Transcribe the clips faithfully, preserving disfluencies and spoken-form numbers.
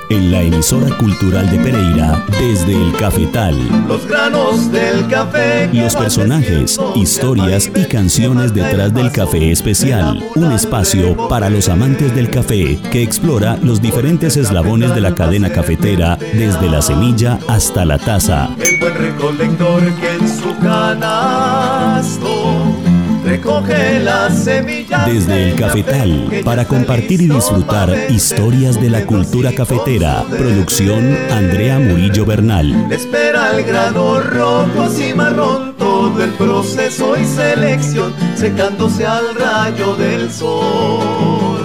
en la emisora cultural de Pereira, desde el cafetal. Los granos del café. Los personajes, historias y canciones detrás del café especial. Un espacio para los amantes del café que explora los diferentes eslabones de la cadena cafetera, desde la semilla hasta la taza. El buen recolector que en su canasto recoge las semillas. Desde el cafetal, para compartir y disfrutar historias de la cultura cafetera. Producción Andrea Murillo Bernal. Espera el grano rojo y marrón, todo el proceso y selección, secándose al rayo del sol.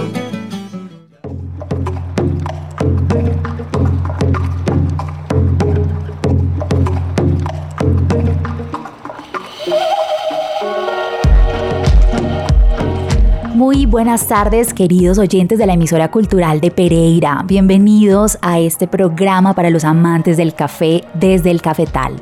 Muy buenas tardes, queridos oyentes de la emisora cultural de Pereira. Bienvenidos a este programa para los amantes del café desde el cafetal.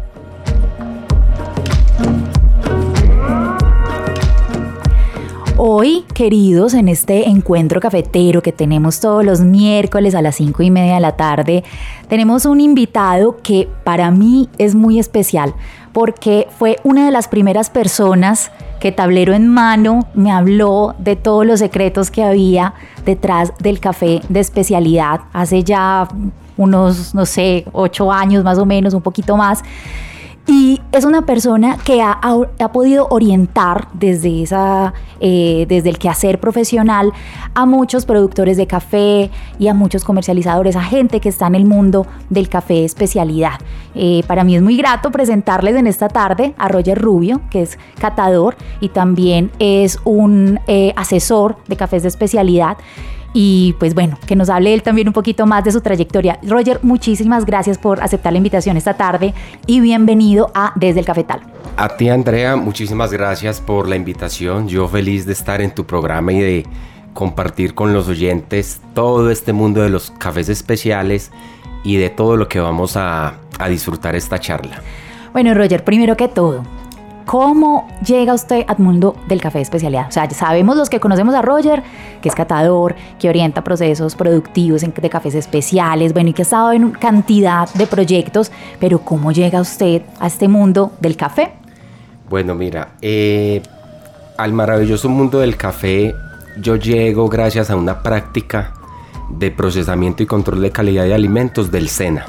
Hoy, queridos, en este encuentro cafetero que tenemos todos los miércoles a las cinco y media de la tarde, tenemos un invitado que para mí es muy especial porque fue una de las primeras personas que tablero en mano me habló de todos los secretos que había detrás del café de especialidad hace ya unos, no sé, ocho años más o menos, un poquito más. Y es una persona que ha, ha, ha podido orientar desde, esa, eh, desde el quehacer profesional a muchos productores de café y a muchos comercializadores, a gente que está en el mundo del café de especialidad. Eh, para mí es muy grato presentarles en esta tarde a Roger Rubio, que es catador y también es un eh, asesor de cafés de especialidad. Y pues bueno, que nos hable él también un poquito más de su trayectoria. Roger, muchísimas gracias por aceptar la invitación esta tarde y bienvenido a Desde el Cafetal. A ti, Andrea, muchísimas gracias por la invitación. Yo feliz de estar en tu programa y de compartir con los oyentes todo este mundo de los cafés especiales y de todo lo que vamos a, a disfrutar esta charla. Bueno, Roger, primero que todo, ¿cómo llega usted al mundo del café de especialidad? O sea, ya sabemos los que conocemos a Roger, que es catador, que orienta procesos productivos de cafés especiales, bueno, y que ha estado en cantidad de proyectos, pero ¿cómo llega usted a este mundo del café? Bueno, mira, eh, al maravilloso mundo del café yo llego gracias a una práctica de procesamiento y control de calidad de alimentos del SENA.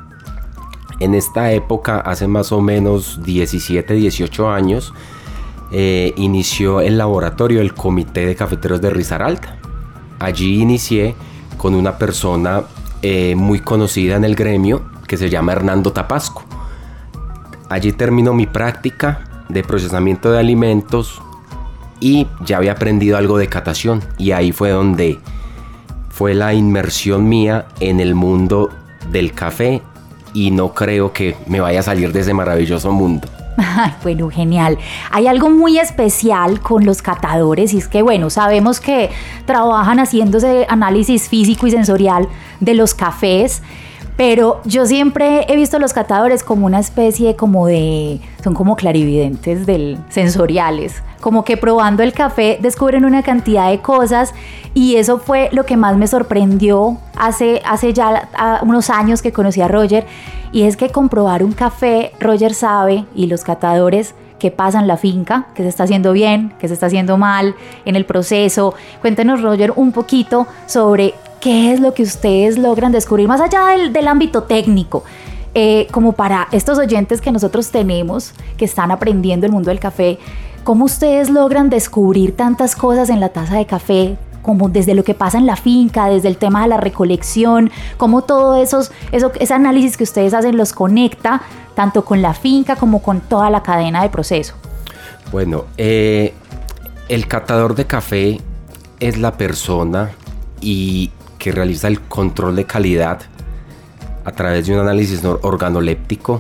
En esta época, hace más o menos diecisiete, dieciocho años, eh, inició el laboratorio del Comité de Cafeteros de Risaralda. Allí inicié con una persona eh, muy conocida en el gremio que se llama Hernando Tapasco. Allí terminó mi práctica de procesamiento de alimentos y ya había aprendido algo de catación, y ahí fue donde fue la inmersión mía en el mundo del café. Y no creo que me vaya a salir de ese maravilloso mundo. Ay, bueno, genial. Hay algo muy especial con los catadores y es que, bueno, sabemos que trabajan haciéndose análisis físico y sensorial de los cafés, pero yo siempre he visto a los catadores como una especie como de... son como clarividentes del, sensoriales, como que probando el café descubren una cantidad de cosas, y eso fue lo que más me sorprendió hace, hace ya unos años que conocí a Roger, y es que comprobar un café, Roger sabe, y los catadores, qué pasa en la finca, qué se está haciendo bien, qué se está haciendo mal en el proceso. Cuéntenos, Roger, un poquito sobre qué es lo que ustedes logran descubrir más allá del, del ámbito técnico, eh, como para estos oyentes que nosotros tenemos que están aprendiendo el mundo del café. ¿Cómo ustedes logran descubrir tantas cosas en la taza de café, como desde lo que pasa en la finca, desde el tema de la recolección, cómo todo esos, eso, ese análisis que ustedes hacen los conecta tanto con la finca como con toda la cadena de proceso? Bueno, eh, el catador de café es la persona y que realiza el control de calidad a través de un análisis organoléptico,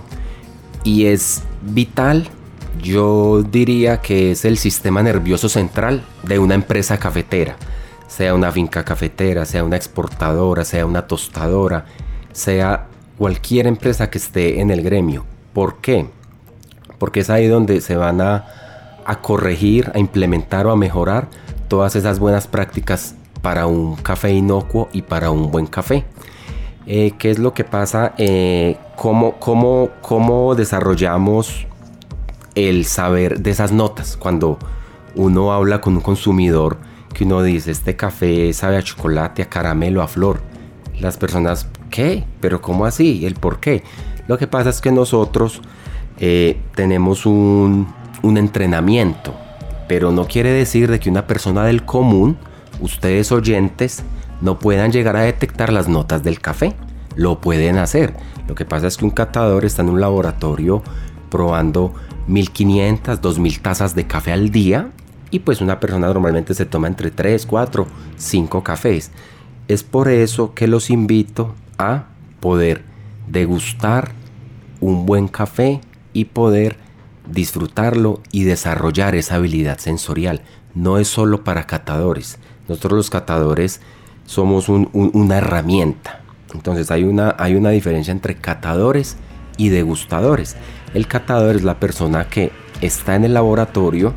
y es vital. Yo diría que es el sistema nervioso central de una empresa cafetera, sea una finca cafetera, sea una exportadora, sea una tostadora, sea cualquier empresa que esté en el gremio. ¿Por qué? Porque es ahí donde se van a, a corregir, a implementar o a mejorar todas esas buenas prácticas para un café inocuo y para un buen café. Eh, ¿Qué es lo que pasa? Eh, ¿cómo, cómo, ¿Cómo desarrollamos el saber de esas notas? Cuando uno habla con un consumidor que uno dice, este café sabe a chocolate, a caramelo, a flor. Las personas, ¿qué? ¿Pero cómo así? ¿El por qué? Lo que pasa es que nosotros eh, tenemos un, un entrenamiento, pero no quiere decir de que una persona del común, ustedes oyentes, no puedan llegar a detectar las notas del café. Lo pueden hacer. Lo que pasa es que un catador está en un laboratorio probando mil quinientas, dos mil tazas de café al día, y pues una persona normalmente se toma entre tres, cuatro, cinco cafés. Es por eso que los invito a poder degustar un buen café y poder disfrutarlo y desarrollar esa habilidad sensorial. No es solo para catadores. Nosotros los catadores somos un, un, una herramienta. Entonces hay una, hay una diferencia entre catadores y degustadores. El catador es la persona que está en el laboratorio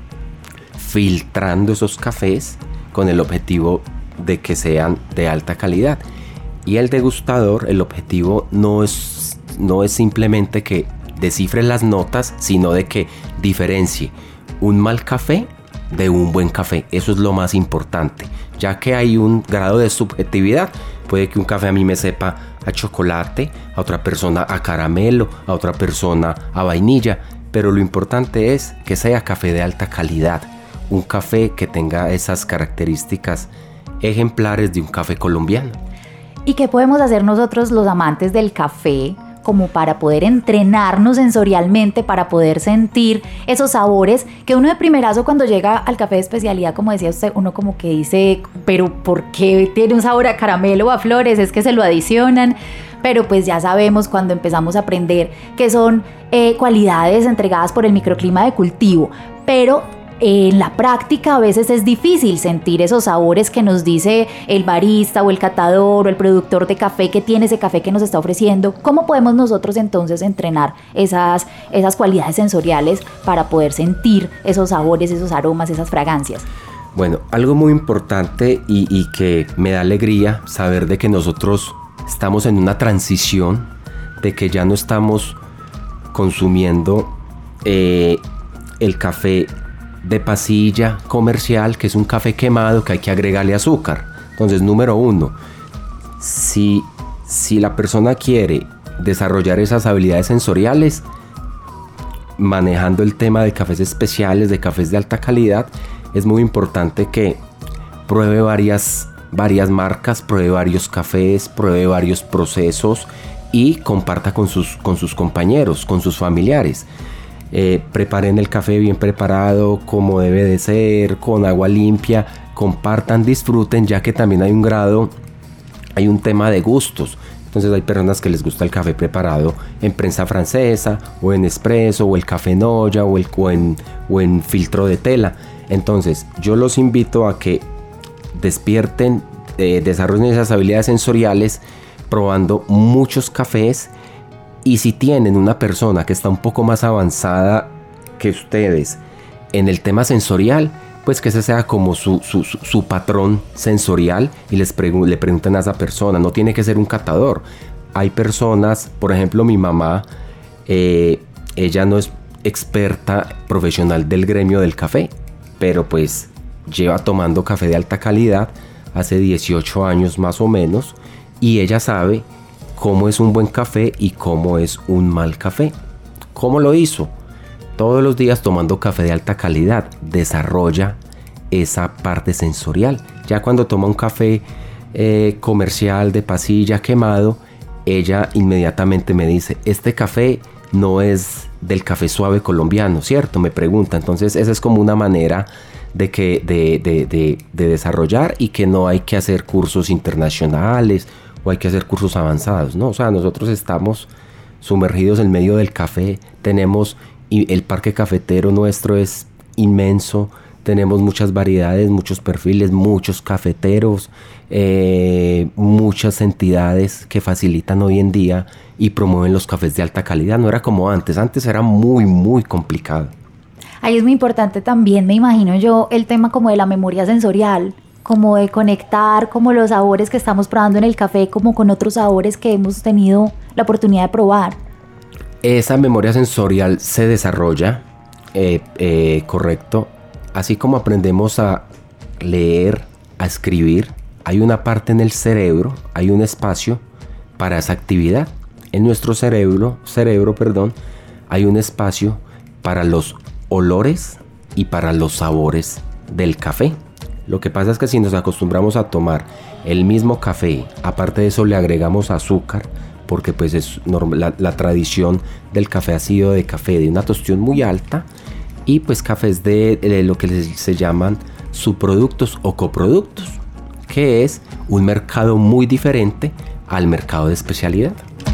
filtrando esos cafés con el objetivo de que sean de alta calidad. Y el degustador, el objetivo no es, no es simplemente que descifre las notas, sino de que diferencie un mal café de un buen café. Eso es lo más importante, ya que hay un grado de subjetividad. Puede que un café a mí me sepa a chocolate, a otra persona a caramelo, a otra persona a vainilla, pero lo importante es que sea café de alta calidad, un café que tenga esas características ejemplares de un café colombiano. ¿Y qué podemos hacer nosotros los amantes del café como para poder entrenarnos sensorialmente, para poder sentir esos sabores que uno de primerazo cuando llega al café de especialidad, como decía usted, uno como que dice, pero ¿por qué tiene un sabor a caramelo o a flores? Es que se lo adicionan, pero pues ya sabemos cuando empezamos a aprender que son eh, cualidades entregadas por el microclima de cultivo, pero en la práctica a veces es difícil sentir esos sabores que nos dice el barista o el catador o el productor de café que tiene ese café que nos está ofreciendo. ¿Cómo podemos nosotros entonces entrenar esas, esas cualidades sensoriales para poder sentir esos sabores, esos aromas, esas fragancias? Bueno, algo muy importante y, y que me da alegría saber de que nosotros estamos en una transición, de que ya no estamos consumiendo eh, el café de pasilla comercial, que es un café quemado que hay que agregarle azúcar. Entonces, número uno, si, si la persona quiere desarrollar esas habilidades sensoriales, manejando el tema de cafés especiales, de cafés de alta calidad, es muy importante que pruebe varias, varias marcas, pruebe varios cafés, pruebe varios procesos y comparta con sus, con sus compañeros, con sus familiares. Eh, preparen el café bien preparado, como debe de ser, con agua limpia, compartan, disfruten, ya que también hay un grado, hay un tema de gustos. Entonces hay personas que les gusta el café preparado en prensa francesa, o en espresso, o el café en olla, o, el, o, en, o en filtro de tela. Entonces yo los invito a que despierten, eh, desarrollen esas habilidades sensoriales probando muchos cafés. Y si tienen una persona que está un poco más avanzada que ustedes en el tema sensorial, pues que ese sea como su, su, su, su patrón sensorial y les pregu- le preguntan a esa persona. No tiene que ser un catador. Hay personas, por ejemplo mi mamá, eh, ella no es experta profesional del gremio del café, pero pues lleva tomando café de alta calidad hace dieciocho años más o menos, y ella sabe cómo es un buen café y cómo es un mal café. ¿Cómo lo hizo? Todos los días tomando café de alta calidad. Desarrolla esa parte sensorial. Ya cuando toma un café eh, comercial de pasilla quemado, ella inmediatamente me dice, este café no es del café suave colombiano, ¿cierto? Me pregunta. Entonces esa es como una manera de, que, de, de, de, de desarrollar, y que no hay que hacer cursos internacionales o hay que hacer cursos avanzados, ¿no? O sea, nosotros estamos sumergidos en medio del café, tenemos, y el parque cafetero nuestro es inmenso, tenemos muchas variedades, muchos perfiles, muchos cafeteros, eh, muchas entidades que facilitan hoy en día y promueven los cafés de alta calidad. No era como antes, antes era muy, muy complicado. Ahí es muy importante también, me imagino yo, el tema como de la memoria sensorial, como de conectar como los sabores que estamos probando en el café como con otros sabores que hemos tenido la oportunidad de probar. Esa memoria sensorial se desarrolla, eh, eh, correcto, así como aprendemos a leer, a escribir, hay una parte en el cerebro, hay un espacio para esa actividad. En nuestro cerebro, cerebro, perdón, hay un espacio para los olores y para los sabores del café. Lo que pasa es que si nos acostumbramos a tomar el mismo café, aparte de eso le agregamos azúcar, porque pues es normal, la, la tradición del café ha sido de café de una tostión muy alta y pues cafés de, de lo que se llaman subproductos o coproductos, que es un mercado muy diferente al mercado de especialidad.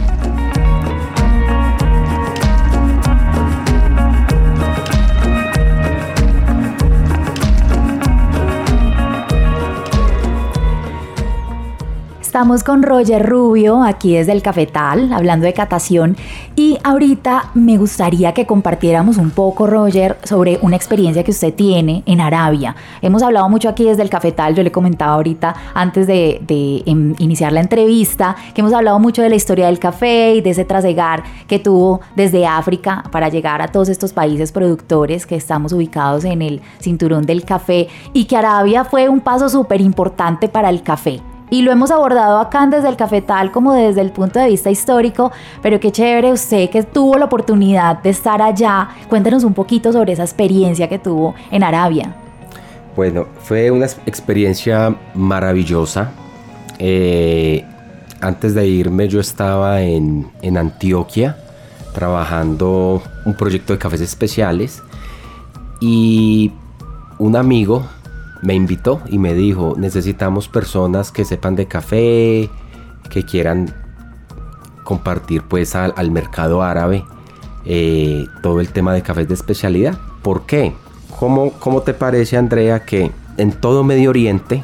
Estamos con Roger Rubio, aquí desde el Cafetal, hablando de catación, y ahorita me gustaría que compartiéramos un poco, Roger, sobre una experiencia que usted tiene en Arabia. Hemos hablado mucho aquí desde el Cafetal, yo le comentaba ahorita antes de, de em, iniciar la entrevista, que hemos hablado mucho de la historia del café y de ese trasegar que tuvo desde África para llegar a todos estos países productores que estamos ubicados en el cinturón del café, y que Arabia fue un paso súper importante para el café. Y lo hemos abordado acá desde el Cafetal como desde el punto de vista histórico, pero qué chévere usted que tuvo la oportunidad de estar allá. Cuéntanos un poquito sobre esa experiencia que tuvo en Arabia. Bueno, fue una experiencia maravillosa. Eh, antes de irme yo estaba en, en Antioquia trabajando un proyecto de cafés especiales y un amigo me invitó y me dijo, necesitamos personas que sepan de café, que quieran compartir pues al, al mercado árabe eh, todo el tema de cafés de especialidad. ¿Por qué? ¿Cómo, ¿Cómo te parece, Andrea, que en todo Medio Oriente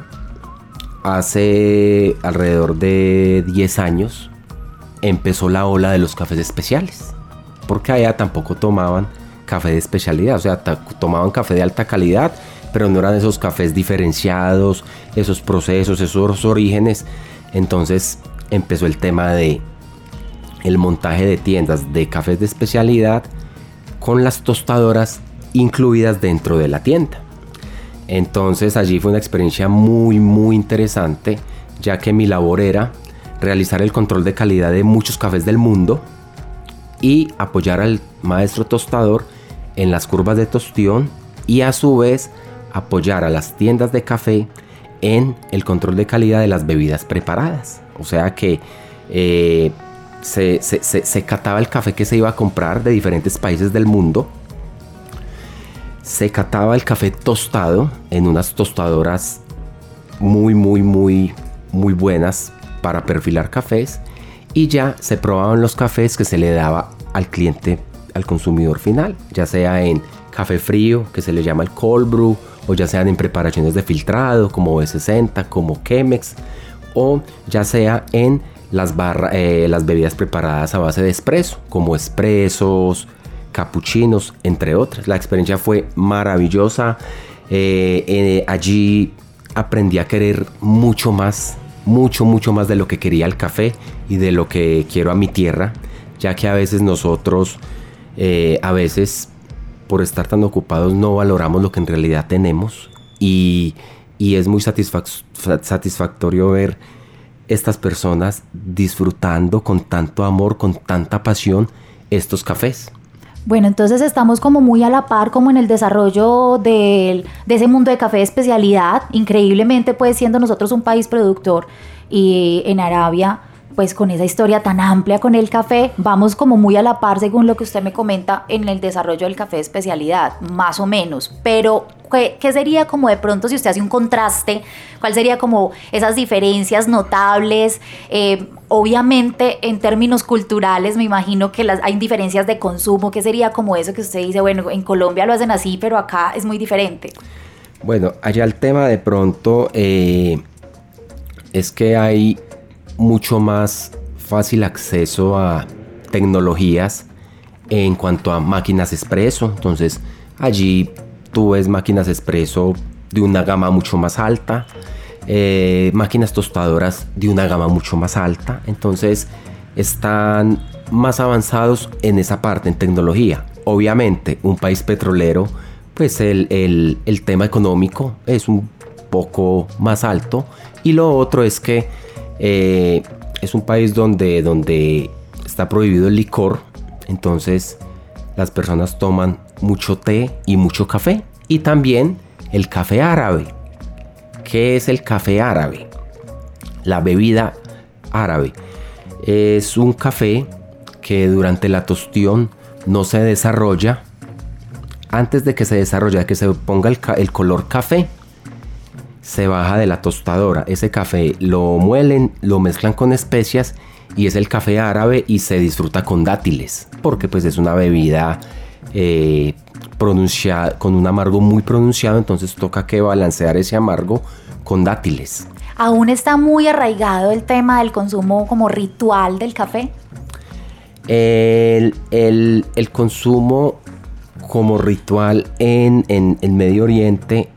hace alrededor de diez años empezó la ola de los cafés especiales? Porque allá tampoco tomaban café de especialidad, o sea, tomaban café de alta calidad, pero no eran esos cafés diferenciados, esos procesos, esos orígenes. Entonces empezó el tema de el montaje de tiendas de cafés de especialidad con las tostadoras incluidas dentro de la tienda. Entonces allí fue una experiencia muy muy interesante, ya que mi labor era realizar el control de calidad de muchos cafés del mundo y apoyar al maestro tostador en las curvas de tostión y a su vez apoyar a las tiendas de café en el control de calidad de las bebidas preparadas. O sea que eh, se, se, se, se cataba el café que se iba a comprar de diferentes países del mundo. Se cataba el café tostado en unas tostadoras muy, muy, muy, muy buenas para perfilar cafés. Y ya se probaban los cafés que se le daba al cliente, al consumidor final, ya sea en café frío, que se le llama el cold brew, o ya sean en preparaciones de filtrado como B sesenta, como Chemex, o ya sea en las, barra, eh, las bebidas preparadas a base de espresso, como espressos, capuchinos, entre otras. La experiencia fue maravillosa. Eh, eh, allí aprendí a querer mucho más, mucho, mucho más de lo que quería el café y de lo que quiero a mi tierra, ya que a veces nosotros, eh, a veces por estar tan ocupados no valoramos lo que en realidad tenemos, y, y es muy satisfac- satisfactorio ver estas personas disfrutando con tanto amor, con tanta pasión estos cafés. Bueno, entonces estamos como muy a la par como en el desarrollo de, de ese mundo de café de especialidad, increíblemente pues siendo nosotros un país productor, y en Arabia pues con esa historia tan amplia con el café, vamos como muy a la par según lo que usted me comenta en el desarrollo del café de especialidad, más o menos. Pero ¿qué, qué sería como de pronto si usted hace un contraste? ¿Cuál sería como esas diferencias notables? Eh, obviamente en términos culturales me imagino que las, hay diferencias de consumo. ¿Qué sería como eso que usted dice, bueno, en Colombia lo hacen así, pero acá es muy diferente? Bueno, allá el tema de pronto eh, es que hay mucho más fácil acceso a tecnologías en cuanto a máquinas expreso. Entonces allí tú ves máquinas expreso de una gama mucho más alta. eh, máquinas tostadoras de una gama mucho más alta. Entonces están más avanzados en esa parte, en tecnología. Obviamente, un país petrolero, pues el, el, el tema económico es un poco más alto. Y lo otro es que eh, es un país donde, donde está prohibido el licor. Entonces las personas toman mucho té y mucho café. Y también el café árabe. ¿Qué es el café árabe? La bebida árabe es un café que durante la tostión no se desarrolla. Antes de que se desarrolle, de que se ponga el, ca- el color café, se baja de la tostadora. Ese café lo muelen, lo mezclan con especias y es el café árabe y se disfruta con dátiles, porque pues es una bebida eh, pronunciada, con un amargo muy pronunciado, entonces toca que balancear ese amargo con dátiles. ¿Aún está muy arraigado el tema del consumo como ritual del café? El, el, el consumo como ritual en, en, en Medio Oriente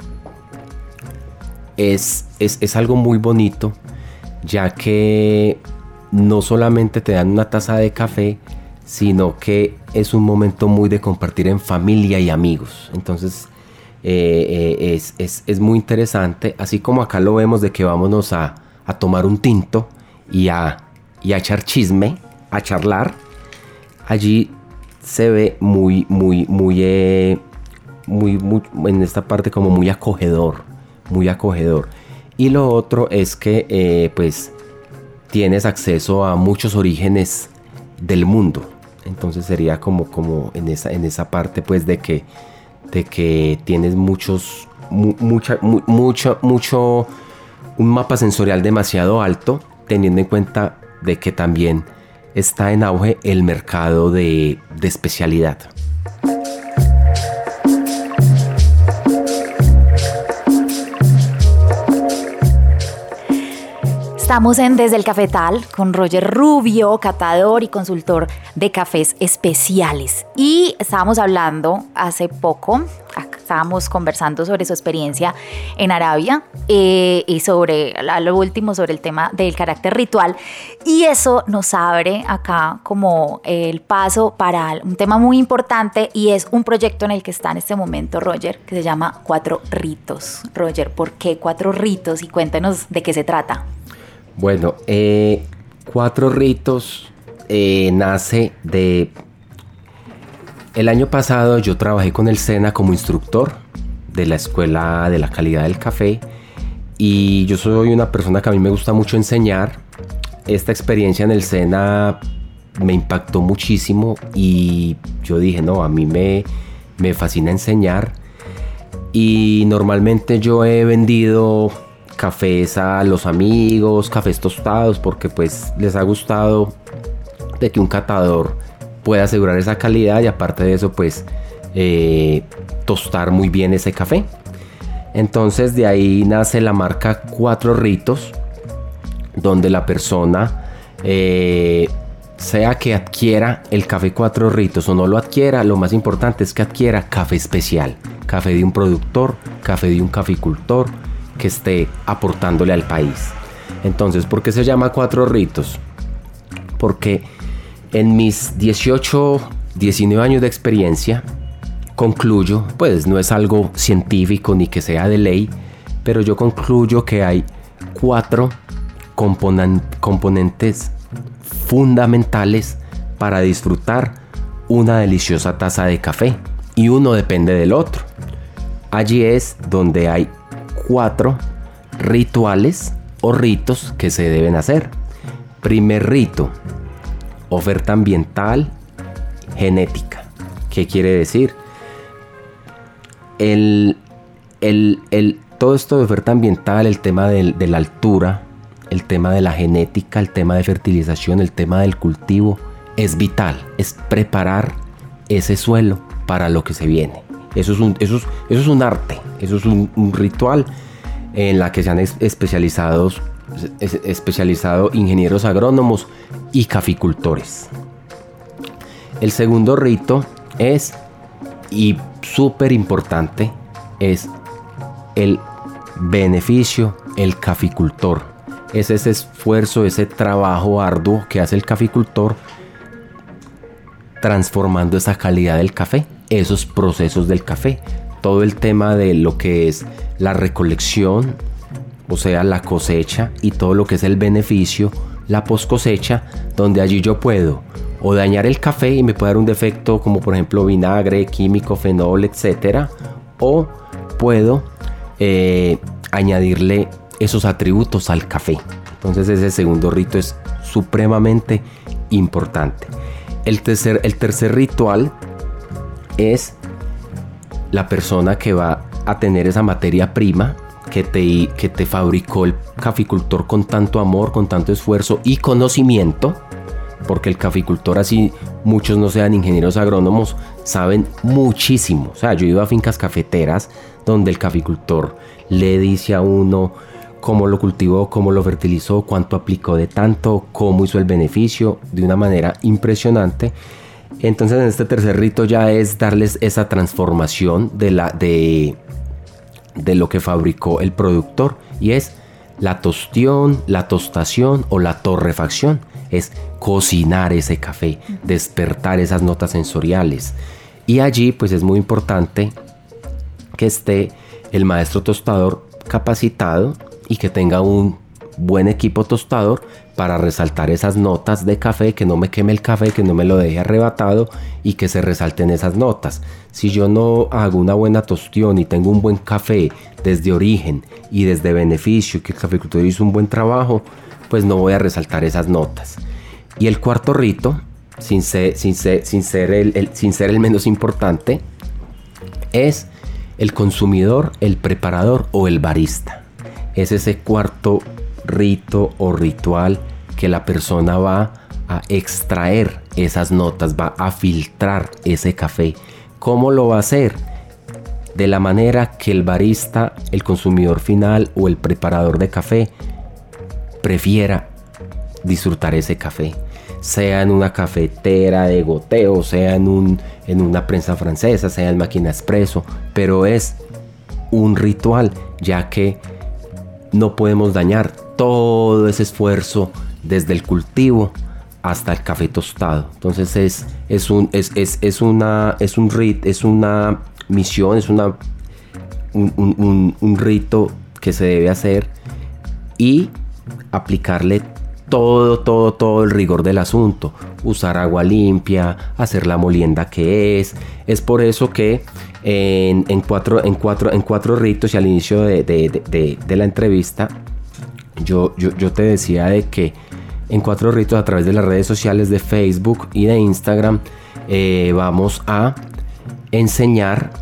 es, es, es algo muy bonito, ya que no solamente te dan una taza de café, sino que es un momento muy de compartir en familia y amigos. Entonces eh, eh, es, es, es muy interesante, así como acá lo vemos de que vámonos a, a tomar un tinto y a, y a echar chisme, a charlar. Allí se ve muy, muy, muy, eh, muy, muy, en esta parte como muy acogedor, muy acogedor. Y lo otro es que, eh, pues, tienes acceso a muchos orígenes del mundo. Entonces sería como, como en esa, en esa parte, pues, de que, de que tienes muchos, mu, mucha, mu, mucho, mucho, un mapa sensorial demasiado alto, teniendo en cuenta de que también está en auge el mercado de, de especialidad. Estamos en Desde el Cafetal con Roger Rubio, catador y consultor de cafés especiales. Y estábamos hablando hace poco, estábamos conversando sobre su experiencia en Arabia eh, y sobre lo último, sobre el tema del carácter ritual. Y eso nos abre acá como el paso para un tema muy importante y es un proyecto en el que está en este momento Roger, que se llama Cuatro Ritos. Roger, ¿por qué Cuatro Ritos? Y cuéntenos de qué se trata. Bueno, eh, Cuatro Ritos eh, nace de... El año pasado yo trabajé con el SENA como instructor de la Escuela de la Calidad del Café y yo soy una persona que a mí me gusta mucho enseñar. Esta experiencia en el SENA me impactó muchísimo y yo dije, no, a mí me, me fascina enseñar y normalmente yo he vendido cafés a los amigos, cafés tostados, porque pues les ha gustado de que un catador pueda asegurar esa calidad y aparte de eso pues eh, tostar muy bien ese café. Entonces de ahí nace la marca Cuatro Ritos, donde la persona eh, sea que adquiera el café Cuatro Ritos o no lo adquiera, lo más importante es que adquiera café especial, café de un productor, café de un caficultor que esté aportándole al país. Entonces, ¿por qué se llama Cuatro Ritos? Porque en mis dieciocho, diecinueve años de experiencia concluyo, pues no es algo científico ni que sea de ley, pero yo concluyo que hay cuatro componen- componentes fundamentales para disfrutar una deliciosa taza de café y uno depende del otro. Allí es donde hay cuatro rituales o ritos que se deben hacer. Primer rito, oferta ambiental genética. ¿Qué quiere decir? El, el, el, todo esto de oferta ambiental, el tema de, de la altura, el tema de la genética, el tema de fertilización, el tema del cultivo, es vital. Es preparar ese suelo para lo que se viene. Eso es un, eso es, eso es un arte, eso es un, un ritual en la que se han es, especializado, es, especializado ingenieros agrónomos y caficultores. El segundo rito es, y súper importante, es el beneficio el caficultor. Es ese esfuerzo, ese trabajo arduo que hace el caficultor transformando esa calidad del café, esos procesos del café, todo el tema de lo que es la recolección, o sea, la cosecha, y todo lo que es el beneficio, la post cosecha, donde allí yo puedo o dañar el café y me puede dar un defecto como por ejemplo vinagre, químico, fenol, etcétera, o puedo eh, añadirle esos atributos al café. Entonces ese segundo rito es supremamente importante. El tercer, el tercer ritual es la persona que va a tener esa materia prima que te, que te fabricó el caficultor con tanto amor, con tanto esfuerzo y conocimiento, porque el caficultor, así muchos no sean ingenieros agrónomos, saben muchísimo. O sea, yo he ido a fincas cafeteras donde el caficultor le dice a uno cómo lo cultivó, cómo lo fertilizó, cuánto aplicó de tanto, cómo hizo el beneficio, de una manera impresionante. Entonces en este tercer rito ya es darles esa transformación de, la, de, de lo que fabricó el productor, y es la tostión, la tostación o la torrefacción. Es cocinar ese café, despertar esas notas sensoriales. Y allí pues es muy importante que esté el maestro tostador capacitado y que tenga un buen equipo tostador para resaltar esas notas de café, que no me queme el café, que no me lo deje arrebatado y que se resalten esas notas. Si yo no hago una buena tostión y tengo un buen café desde origen y desde beneficio, que el caficultor hizo un buen trabajo, pues no voy a resaltar esas notas. Y el cuarto rito, sin ser, sin ser, sin ser, el, el, sin ser el menos importante, es el consumidor, el preparador o el barista. Es ese cuarto rito o ritual que la persona va a extraer esas notas, va a filtrar ese café. ¿Cómo lo va a hacer? De la manera que el barista, el consumidor final o el preparador de café prefiera disfrutar ese café, sea en una cafetera de goteo, sea en, un, en una prensa francesa, sea en máquina expreso, pero es un ritual, ya que no podemos dañar todo ese esfuerzo desde el cultivo hasta el café tostado. Entonces es, es, un, es, es, es, una, es, un, rit, es una misión, es una, un, un, un rito que se debe hacer y aplicarle todo, todo, todo el rigor del asunto. Usar agua limpia, hacer la molienda que es. Es por eso que en, en, cuatro, en, cuatro, en cuatro ritos, y al inicio de, de, de, de, de la entrevista, yo, yo, yo te decía de que en cuatro ritos, a través de las redes sociales de Facebook y de Instagram, eh, vamos a enseñar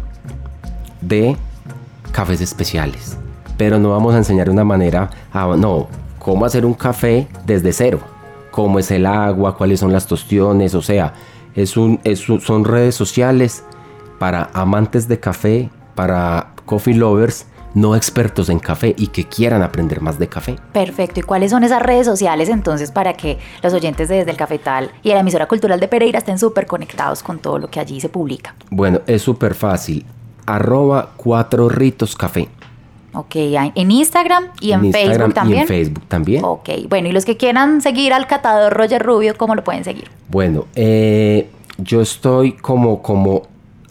de cafés especiales. Pero no vamos a enseñar de una manera, a, no, cómo hacer un café desde cero, cómo es el agua, cuáles son las tostiones. O sea, es un, es un, son redes sociales para amantes de café, para coffee lovers, no expertos en café y que quieran aprender más de café. Perfecto. ¿Y cuáles son esas redes sociales entonces para que los oyentes de Desde el Cafetal y de la emisora cultural de Pereira estén súper conectados con todo lo que allí se publica? Bueno, es súper fácil. Arroba cuatro ritos café. Ok, en Instagram y en, en Instagram Facebook también. Y en Facebook también. Ok, bueno, y los que quieran seguir al catador Roger Rubio, ¿cómo lo pueden seguir? Bueno, eh, yo estoy como, como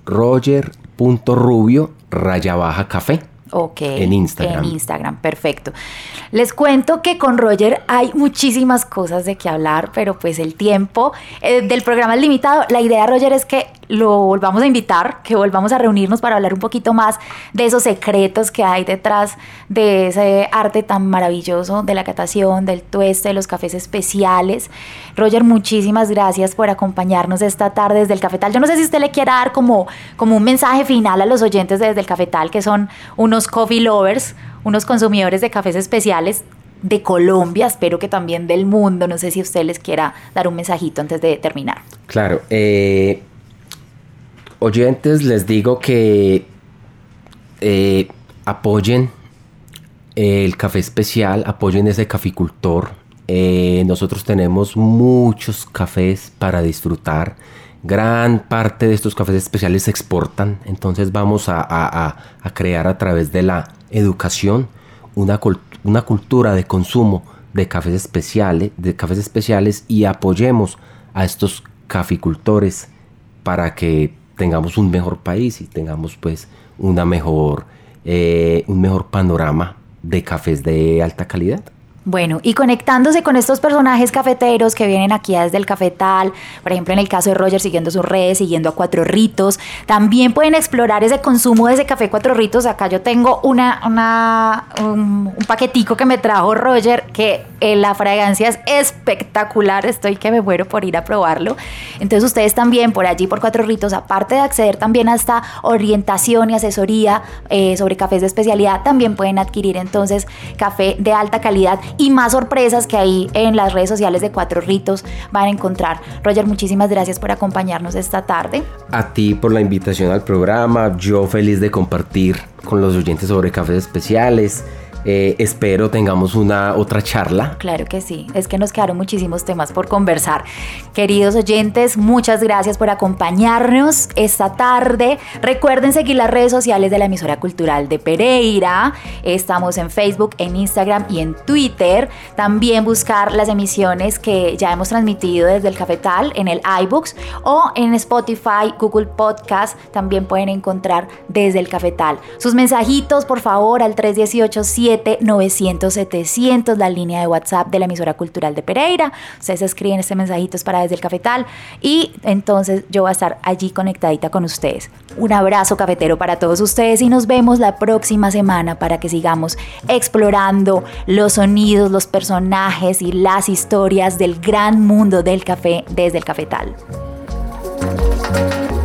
roger.rubio raya baja café. Ok, en Instagram. En Instagram, perfecto. Les cuento que con Roger hay muchísimas cosas de qué hablar, pero pues el tiempo eh, del programa es limitado. La idea, Roger, es que lo volvamos a invitar, que volvamos a reunirnos para hablar un poquito más de esos secretos que hay detrás de ese arte tan maravilloso de la catación, del tueste, de los cafés especiales. Roger, muchísimas gracias por acompañarnos esta tarde desde el Cafetal. Yo no sé si usted le quiera dar como, como un mensaje final a los oyentes de Desde el Cafetal, que son unos coffee lovers, unos consumidores de cafés especiales de Colombia, espero que también del mundo. No sé si usted les quiera dar un mensajito antes de terminar. Claro, eh, oyentes, les digo que eh, apoyen el café especial, apoyen ese caficultor. Eh, nosotros tenemos muchos cafés para disfrutar. Gran parte de estos cafés especiales se exportan, entonces vamos a, a, a crear a través de la educación una, una cultura de consumo de cafés especiales, de cafés especiales y apoyemos a estos caficultores para que tengamos un mejor país y tengamos pues una mejor, eh, un mejor panorama de cafés de alta calidad. Bueno, y conectándose con estos personajes cafeteros que vienen aquí desde el Cafetal, por ejemplo en el caso de Roger siguiendo sus redes, siguiendo a Cuatro Ritos, también pueden explorar ese consumo de ese café Cuatro Ritos. Acá yo tengo una, una un, un paquetico que me trajo Roger, que eh, la fragancia es espectacular, estoy que me muero por ir a probarlo. Entonces ustedes también por allí, por Cuatro Ritos, aparte de acceder también a esta orientación y asesoría eh, sobre cafés de especialidad, también pueden adquirir entonces café de alta calidad y más sorpresas que ahí en las redes sociales de Cuatro Ritos van a encontrar. Roger, muchísimas gracias por acompañarnos esta tarde. A ti por la invitación al programa, yo feliz de compartir con los oyentes sobre cafés especiales. Eh, espero tengamos una otra charla. Claro que sí, es que nos quedaron muchísimos temas por conversar. Queridos oyentes, muchas gracias por acompañarnos esta tarde. Recuerden seguir las redes sociales de la emisora cultural de Pereira. Estamos en Facebook, en Instagram y en Twitter. También buscar las emisiones que ya hemos transmitido desde el Cafetal en el iBooks o en Spotify, Google Podcast. También pueden encontrar desde el Cafetal. Sus mensajitos, por favor, al tres uno ocho, siete novecientos, setecientos, la línea de WhatsApp de la emisora cultural de Pereira. Ustedes escriben este mensajito para desde el Cafetal y entonces yo voy a estar allí conectadita con ustedes. Un abrazo cafetero para todos ustedes y nos vemos la próxima semana para que sigamos explorando los sonidos, los personajes y las historias del gran mundo del café desde el Cafetal.